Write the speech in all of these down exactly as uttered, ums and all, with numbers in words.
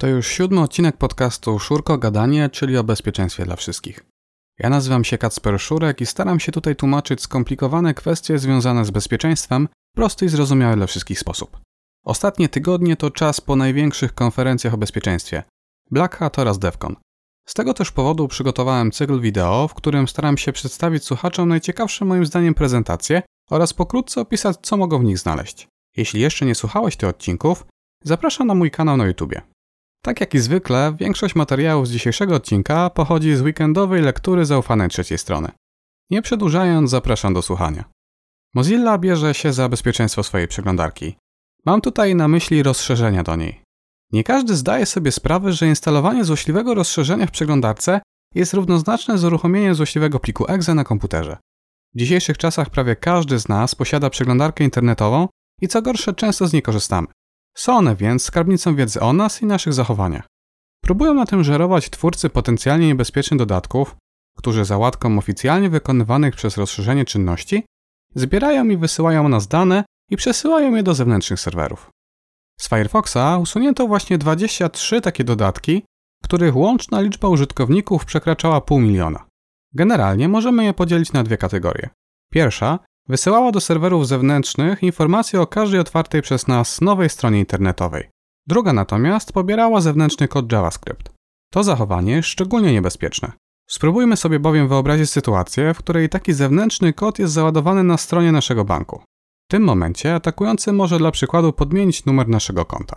To już siódmy odcinek podcastu Szurko Gadanie, czyli o bezpieczeństwie dla wszystkich. Ja nazywam się Kacper Szurek i staram się tutaj tłumaczyć skomplikowane kwestie związane z bezpieczeństwem w prosty i zrozumiały dla wszystkich sposób. Ostatnie tygodnie to czas po największych konferencjach o bezpieczeństwie Black Hat oraz DEFCON. Z tego też powodu przygotowałem cykl wideo, w którym staram się przedstawić słuchaczom najciekawsze moim zdaniem prezentacje oraz pokrótce opisać, co mogą w nich znaleźć. Jeśli jeszcze nie słuchałeś tych odcinków, zapraszam na mój kanał na YouTubie. Tak jak i zwykle, większość materiałów z dzisiejszego odcinka pochodzi z weekendowej lektury zaufanej trzeciej strony. Nie przedłużając, zapraszam do słuchania. Mozilla bierze się za bezpieczeństwo swojej przeglądarki. Mam tutaj na myśli rozszerzenia do niej. Nie każdy zdaje sobie sprawę, że instalowanie złośliwego rozszerzenia w przeglądarce jest równoznaczne z uruchomieniem złośliwego pliku exe na komputerze. W dzisiejszych czasach prawie każdy z nas posiada przeglądarkę internetową i co gorsze, często z niej korzystamy. Są one więc skarbnicą wiedzy o nas i naszych zachowaniach. Próbują na tym żerować twórcy potencjalnie niebezpiecznych dodatków, którzy za łatką oficjalnie wykonywanych przez rozszerzenie czynności zbierają i wysyłają o nas dane i przesyłają je do zewnętrznych serwerów. Z Firefoxa usunięto właśnie dwadzieścia trzy takie dodatki, których łączna liczba użytkowników przekraczała pół miliona. Generalnie możemy je podzielić na dwie kategorie. Pierwsza wysyłała do serwerów zewnętrznych informacje o każdej otwartej przez nas nowej stronie internetowej. Druga natomiast pobierała zewnętrzny kod JavaScript. To zachowanie jest szczególnie niebezpieczne. Spróbujmy sobie bowiem wyobrazić sytuację, w której taki zewnętrzny kod jest załadowany na stronie naszego banku. W tym momencie atakujący może dla przykładu podmienić numer naszego konta.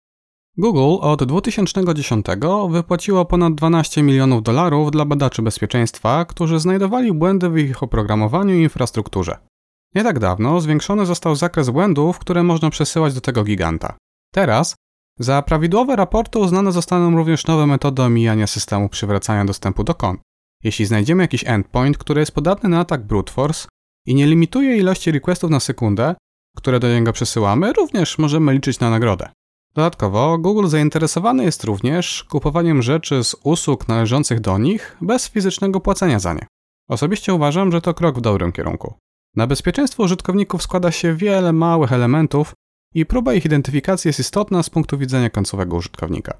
Google od dwa tysiące dziesiątego wypłaciło ponad dwanaście milionów dolarów dla badaczy bezpieczeństwa, którzy znajdowali błędy w ich oprogramowaniu i infrastrukturze. Nie tak dawno zwiększony został zakres błędów, które można przesyłać do tego giganta. Teraz za prawidłowe raporty uznane zostaną również nowe metody omijania systemu przywracania dostępu do kont. Jeśli znajdziemy jakiś endpoint, który jest podatny na atak brute force i nie limituje ilości requestów na sekundę, które do niego przesyłamy, również możemy liczyć na nagrodę. Dodatkowo Google zainteresowany jest również kupowaniem rzeczy z usług należących do nich bez fizycznego płacenia za nie. Osobiście uważam, że to krok w dobrym kierunku. Na bezpieczeństwo użytkowników składa się wiele małych elementów i próba ich identyfikacji jest istotna z punktu widzenia końcowego użytkownika.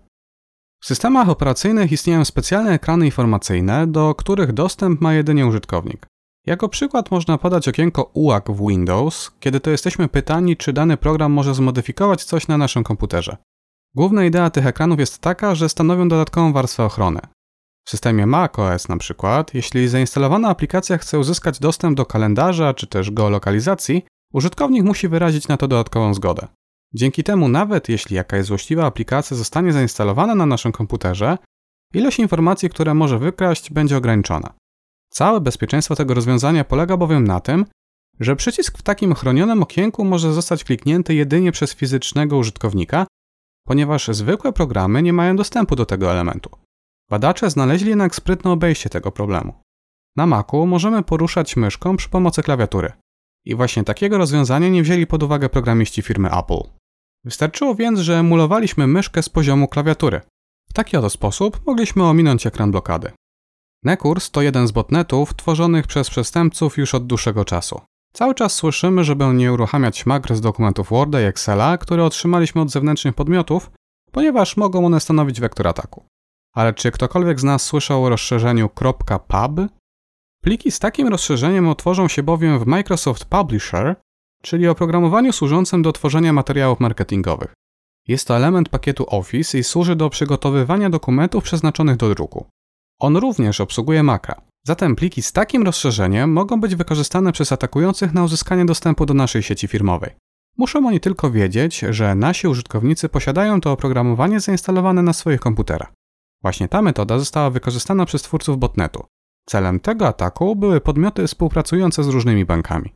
W systemach operacyjnych istnieją specjalne ekrany informacyjne, do których dostęp ma jedynie użytkownik. Jako przykład można podać okienko U A G w Windows, kiedy to jesteśmy pytani, czy dany program może zmodyfikować coś na naszym komputerze. Główna idea tych ekranów jest taka, że stanowią dodatkową warstwę ochrony. W systemie macOS na przykład, jeśli zainstalowana aplikacja chce uzyskać dostęp do kalendarza czy też geolokalizacji, użytkownik musi wyrazić na to dodatkową zgodę. Dzięki temu nawet jeśli jakaś złośliwa aplikacja zostanie zainstalowana na naszym komputerze, ilość informacji, które może wykraść, będzie ograniczona. Całe bezpieczeństwo tego rozwiązania polega bowiem na tym, że przycisk w takim chronionym okienku może zostać kliknięty jedynie przez fizycznego użytkownika, ponieważ zwykłe programy nie mają dostępu do tego elementu. Badacze znaleźli jednak sprytne obejście tego problemu. Na Macu możemy poruszać myszką przy pomocy klawiatury. I właśnie takiego rozwiązania nie wzięli pod uwagę programiści firmy Apple. Wystarczyło więc, że emulowaliśmy myszkę z poziomu klawiatury. W taki oto sposób mogliśmy ominąć ekran blokady. Nekurs to jeden z botnetów tworzonych przez przestępców już od dłuższego czasu. Cały czas słyszymy, żeby nie uruchamiać makr z dokumentów Worda i Excela, które otrzymaliśmy od zewnętrznych podmiotów, ponieważ mogą one stanowić wektor ataku. Ale czy ktokolwiek z nas słyszał o rozszerzeniu .pub? Pliki z takim rozszerzeniem otworzą się bowiem w Microsoft Publisher, czyli oprogramowaniu służącym do tworzenia materiałów marketingowych. Jest to element pakietu Office i służy do przygotowywania dokumentów przeznaczonych do druku. On również obsługuje makra. Zatem pliki z takim rozszerzeniem mogą być wykorzystane przez atakujących na uzyskanie dostępu do naszej sieci firmowej. Muszą oni tylko wiedzieć, że nasi użytkownicy posiadają to oprogramowanie zainstalowane na swoich komputerach. Właśnie ta metoda została wykorzystana przez twórców botnetu. Celem tego ataku były podmioty współpracujące z różnymi bankami.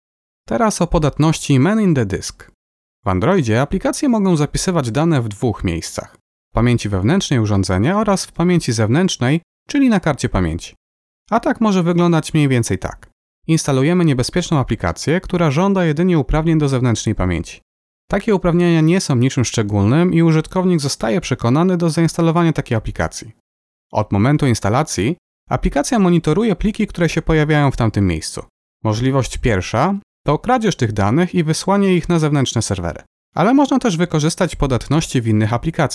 Teraz o podatności Man in the Disk. W Androidzie aplikacje mogą zapisywać dane w dwóch miejscach. W pamięci wewnętrznej urządzenia oraz w pamięci zewnętrznej, czyli na karcie pamięci. Atak może wyglądać mniej więcej tak. Instalujemy niebezpieczną aplikację, która żąda jedynie uprawnień do zewnętrznej pamięci. Takie uprawnienia nie są niczym szczególnym i użytkownik zostaje przekonany do zainstalowania takiej aplikacji. Od momentu instalacji aplikacja monitoruje pliki, które się pojawiają w tamtym miejscu. Możliwość pierwsza to kradzież tych danych i wysłanie ich na zewnętrzne serwery. Ale można też wykorzystać podatności w innych aplikacjach.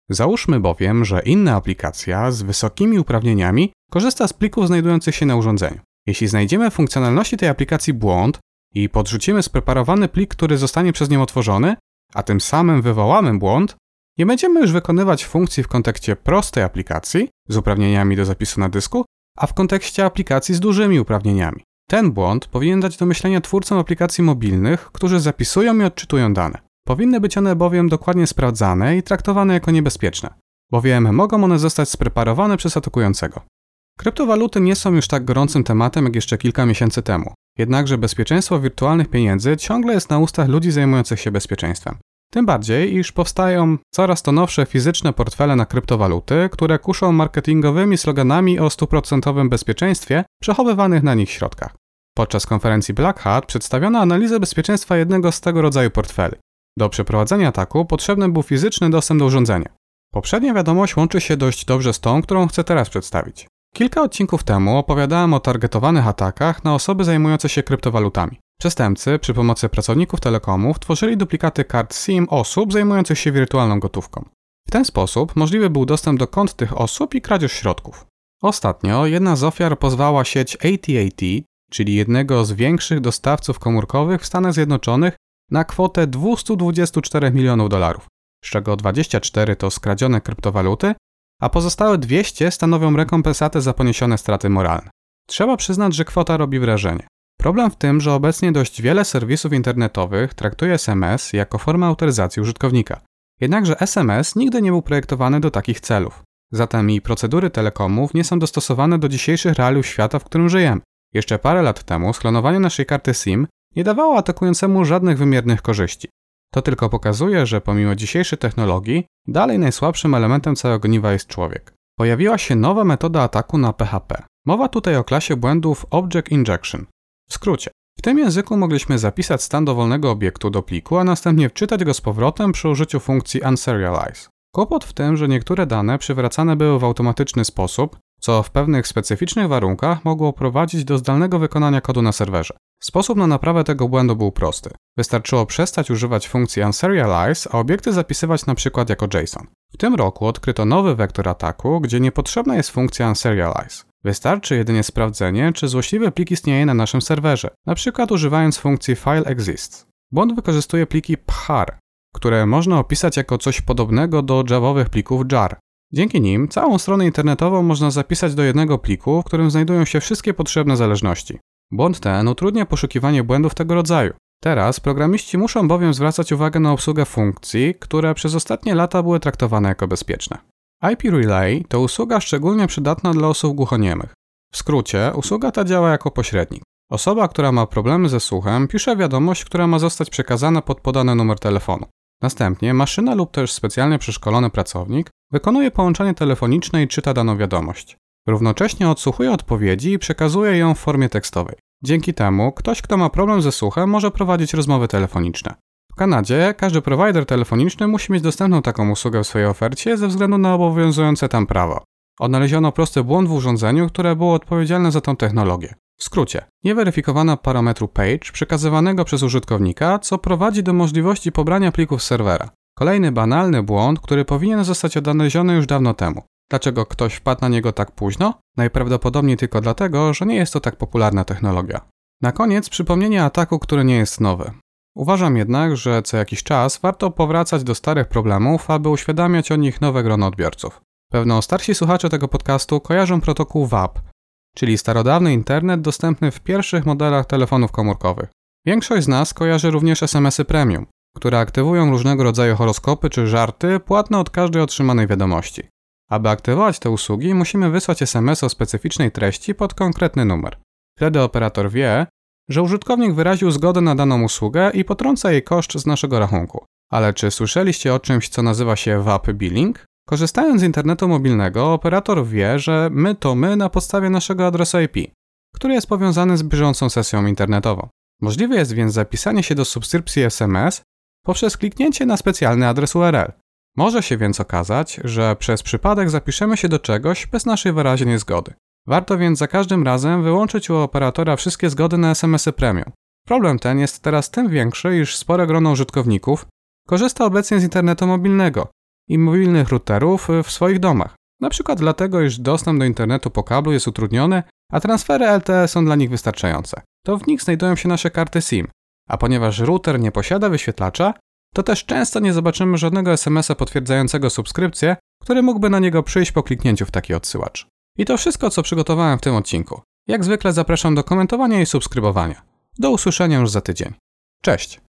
Załóżmy bowiem, że inna aplikacja z wysokimi uprawnieniami korzysta z plików znajdujących się na urządzeniu. Jeśli znajdziemy w funkcjonalności tej aplikacji błąd i podrzucimy spreparowany plik, który zostanie przez nią otworzony, a tym samym wywołamy błąd, nie będziemy już wykonywać funkcji w kontekście prostej aplikacji z uprawnieniami do zapisu na dysku, a w kontekście aplikacji z dużymi uprawnieniami. Ten błąd powinien dać do myślenia twórcom aplikacji mobilnych, którzy zapisują i odczytują dane. Powinny być one bowiem dokładnie sprawdzane i traktowane jako niebezpieczne, bowiem mogą one zostać spreparowane przez atakującego. Kryptowaluty nie są już tak gorącym tematem jak jeszcze kilka miesięcy temu, jednakże bezpieczeństwo wirtualnych pieniędzy ciągle jest na ustach ludzi zajmujących się bezpieczeństwem. Tym bardziej, iż powstają coraz to nowsze fizyczne portfele na kryptowaluty, które kuszą marketingowymi sloganami o stuprocentowym bezpieczeństwie przechowywanych na nich środkach. Podczas konferencji Black Hat przedstawiono analizę bezpieczeństwa jednego z tego rodzaju portfeli. Do przeprowadzenia ataku potrzebny był fizyczny dostęp do urządzenia. Poprzednia wiadomość łączy się dość dobrze z tą, którą chcę teraz przedstawić. Kilka odcinków temu opowiadałem o targetowanych atakach na osoby zajmujące się kryptowalutami. Przestępcy przy pomocy pracowników telekomów tworzyli duplikaty kart SIM osób zajmujących się wirtualną gotówką. W ten sposób możliwy był dostęp do kont tych osób i kradzież środków. Ostatnio jedna z ofiar pozwała sieć A T and T, czyli jednego z większych dostawców komórkowych w Stanach Zjednoczonych, na kwotę dwieście dwadzieścia cztery milionów dolarów, z czego dwadzieścia cztery to skradzione kryptowaluty, a pozostałe dwieście stanowią rekompensatę za poniesione straty moralne. Trzeba przyznać, że kwota robi wrażenie. Problem w tym, że obecnie dość wiele serwisów internetowych traktuje S M S jako formę autoryzacji użytkownika. Jednakże S M S nigdy nie był projektowany do takich celów. Zatem i procedury telekomów nie są dostosowane do dzisiejszych realiów świata, w którym żyjemy. Jeszcze parę lat temu sklonowanie naszej karty SIM nie dawało atakującemu żadnych wymiernych korzyści. To tylko pokazuje, że pomimo dzisiejszej technologii, dalej najsłabszym elementem całego ogniwa jest człowiek. Pojawiła się nowa metoda ataku na P H P. Mowa tutaj o klasie błędów Object Injection. W skrócie, w tym języku mogliśmy zapisać stan dowolnego obiektu do pliku, a następnie wczytać go z powrotem przy użyciu funkcji unserialize. Kłopot w tym, że niektóre dane przywracane były w automatyczny sposób, co w pewnych specyficznych warunkach mogło prowadzić do zdalnego wykonania kodu na serwerze. Sposób na naprawę tego błędu był prosty. Wystarczyło przestać używać funkcji unserialize, a obiekty zapisywać na przykład jako JSON. W tym roku odkryto nowy wektor ataku, gdzie niepotrzebna jest funkcja unserialize. Wystarczy jedynie sprawdzenie, czy złośliwy plik istnieje na naszym serwerze, na przykład używając funkcji fileExists. Błąd wykorzystuje pliki P H A R, które można opisać jako coś podobnego do javowych plików jar. Dzięki nim całą stronę internetową można zapisać do jednego pliku, w którym znajdują się wszystkie potrzebne zależności. Błąd ten utrudnia poszukiwanie błędów tego rodzaju. Teraz programiści muszą bowiem zwracać uwagę na obsługę funkcji, które przez ostatnie lata były traktowane jako bezpieczne. I P Relay to usługa szczególnie przydatna dla osób głuchoniemych. W skrócie, usługa ta działa jako pośrednik. Osoba, która ma problemy ze słuchem, pisze wiadomość, która ma zostać przekazana pod podany numer telefonu. Następnie maszyna lub też specjalnie przeszkolony pracownik wykonuje połączenie telefoniczne i czyta daną wiadomość. Równocześnie odsłuchuje odpowiedzi i przekazuje ją w formie tekstowej. Dzięki temu ktoś, kto ma problem ze słuchem, może prowadzić rozmowy telefoniczne. W Kanadzie każdy prowajder telefoniczny musi mieć dostępną taką usługę w swojej ofercie ze względu na obowiązujące tam prawo. Odnaleziono prosty błąd w urządzeniu, które było odpowiedzialne za tą technologię. W skrócie, nieweryfikowana parametru page przekazywanego przez użytkownika, co prowadzi do możliwości pobrania plików z serwera. Kolejny banalny błąd, który powinien zostać odnaleziony już dawno temu. Dlaczego ktoś wpadł na niego tak późno? Najprawdopodobniej tylko dlatego, że nie jest to tak popularna technologia. Na koniec przypomnienie ataku, który nie jest nowy. Uważam jednak, że co jakiś czas warto powracać do starych problemów, aby uświadamiać o nich nowe grono odbiorców. Pewno starsi słuchacze tego podcastu kojarzą protokół W A P, czyli starodawny internet dostępny w pierwszych modelach telefonów komórkowych. Większość z nas kojarzy również S M S y premium, które aktywują różnego rodzaju horoskopy czy żarty płatne od każdej otrzymanej wiadomości. Aby aktywować te usługi, musimy wysłać S M S o specyficznej treści pod konkretny numer. Wtedy operator wie, że użytkownik wyraził zgodę na daną usługę i potrąca jej koszt z naszego rachunku. Ale czy słyszeliście o czymś, co nazywa się W A P Billing? Korzystając z internetu mobilnego, operator wie, że my to my na podstawie naszego adresu I P, który jest powiązany z bieżącą sesją internetową. Możliwe jest więc zapisanie się do subskrypcji S M S poprzez kliknięcie na specjalny adres U R L. Może się więc okazać, że przez przypadek zapiszemy się do czegoś bez naszej wyraźnej zgody. Warto więc za każdym razem wyłączyć u operatora wszystkie zgody na S M S y premium. Problem ten jest teraz tym większy, iż spore grono użytkowników korzysta obecnie z internetu mobilnego i mobilnych routerów w swoich domach. Na przykład dlatego, iż dostęp do internetu po kablu jest utrudniony, a transfery L T E są dla nich wystarczające. To w nich znajdują się nasze karty SIM, a ponieważ router nie posiada wyświetlacza, to też często nie zobaczymy żadnego es em es a potwierdzającego subskrypcję, który mógłby na niego przyjść po kliknięciu w taki odsyłacz. I to wszystko, co przygotowałem w tym odcinku. Jak zwykle zapraszam do komentowania i subskrybowania. Do usłyszenia już za tydzień. Cześć!